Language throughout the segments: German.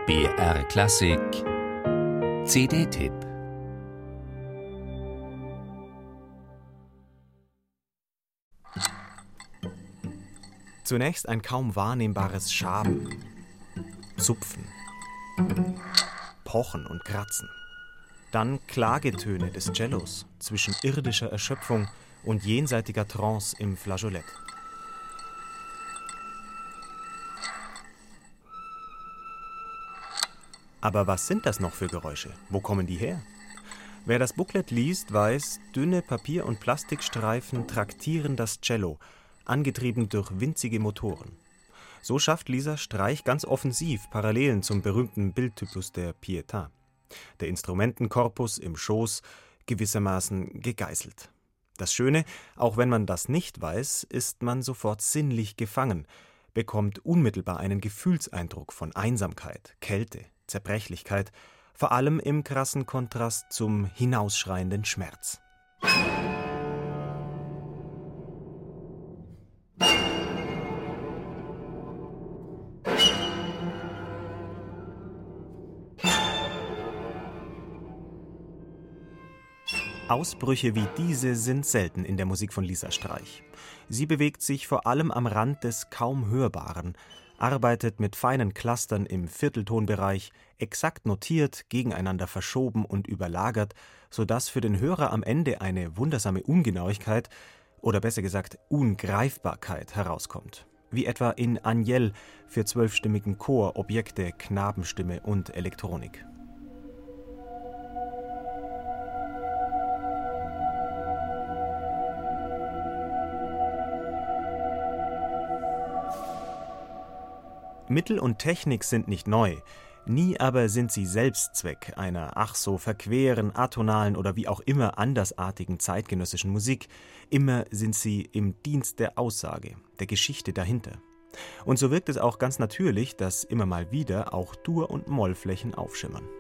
BR Klassik CD-Tipp. Zunächst ein kaum wahrnehmbares Schaben, Zupfen, Pochen und Kratzen. Dann Klagetöne des Cellos zwischen irdischer Erschöpfung und jenseitiger Trance im Flageolett. Aber was sind das noch für Geräusche? Wo kommen die her? Wer das Booklet liest, weiß, dünne Papier- und Plastikstreifen traktieren das Cello, angetrieben durch winzige Motoren. So schafft Lisa Streich ganz offensiv Parallelen zum berühmten Bildtypus der Pietà. Der Instrumentenkorpus im Schoß, gewissermaßen gegeißelt. Das Schöne, auch wenn man das nicht weiß, ist man sofort sinnlich gefangen, bekommt unmittelbar einen Gefühlseindruck von Einsamkeit, Kälte, Zerbrechlichkeit, vor allem im krassen Kontrast zum hinausschreienden Schmerz. Ausbrüche wie diese sind selten in der Musik von Lisa Streich. Sie bewegt sich vor allem am Rand des kaum Hörbaren, arbeitet mit feinen Clustern im Vierteltonbereich, exakt notiert, gegeneinander verschoben und überlagert, sodass für den Hörer am Ende eine wundersame Ungenauigkeit oder besser gesagt Ungreifbarkeit herauskommt. Wie etwa in Agnelle für 12-stimmigen Chor, Objekte, Knabenstimme und Elektronik. Mittel und Technik sind nicht neu, nie aber sind sie Selbstzweck einer ach so verqueren, atonalen oder wie auch immer andersartigen zeitgenössischen Musik. Immer sind sie im Dienst der Aussage, der Geschichte dahinter. Und so wirkt es auch ganz natürlich, dass immer mal wieder auch Dur- und Mollflächen aufschimmern.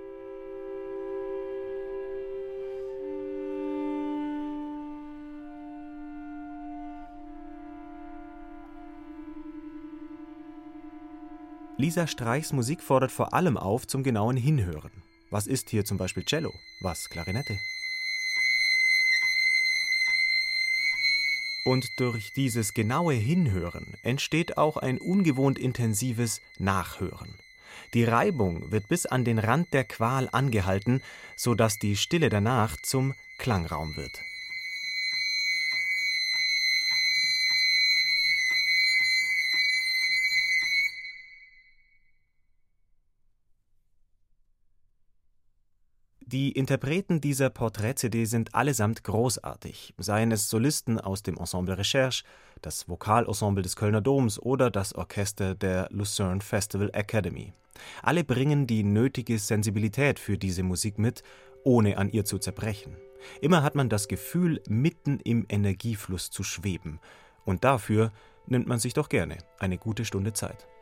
Lisa Streichs Musik fordert vor allem auf zum genauen Hinhören. Was ist hier zum Beispiel Cello? Was Klarinette? Und durch dieses genaue Hinhören entsteht auch ein ungewohnt intensives Nachhören. Die Reibung wird bis an den Rand der Qual angehalten, sodass die Stille danach zum Klangraum wird. Die Interpreten dieser Porträt-CD sind allesamt großartig, seien es Solisten aus dem Ensemble Recherche, das Vokalensemble des Kölner Doms oder das Orchester der Lucerne Festival Academy. Alle bringen die nötige Sensibilität für diese Musik mit, ohne an ihr zu zerbrechen. Immer hat man das Gefühl, mitten im Energiefluss zu schweben. Und dafür nimmt man sich doch gerne eine gute Stunde Zeit.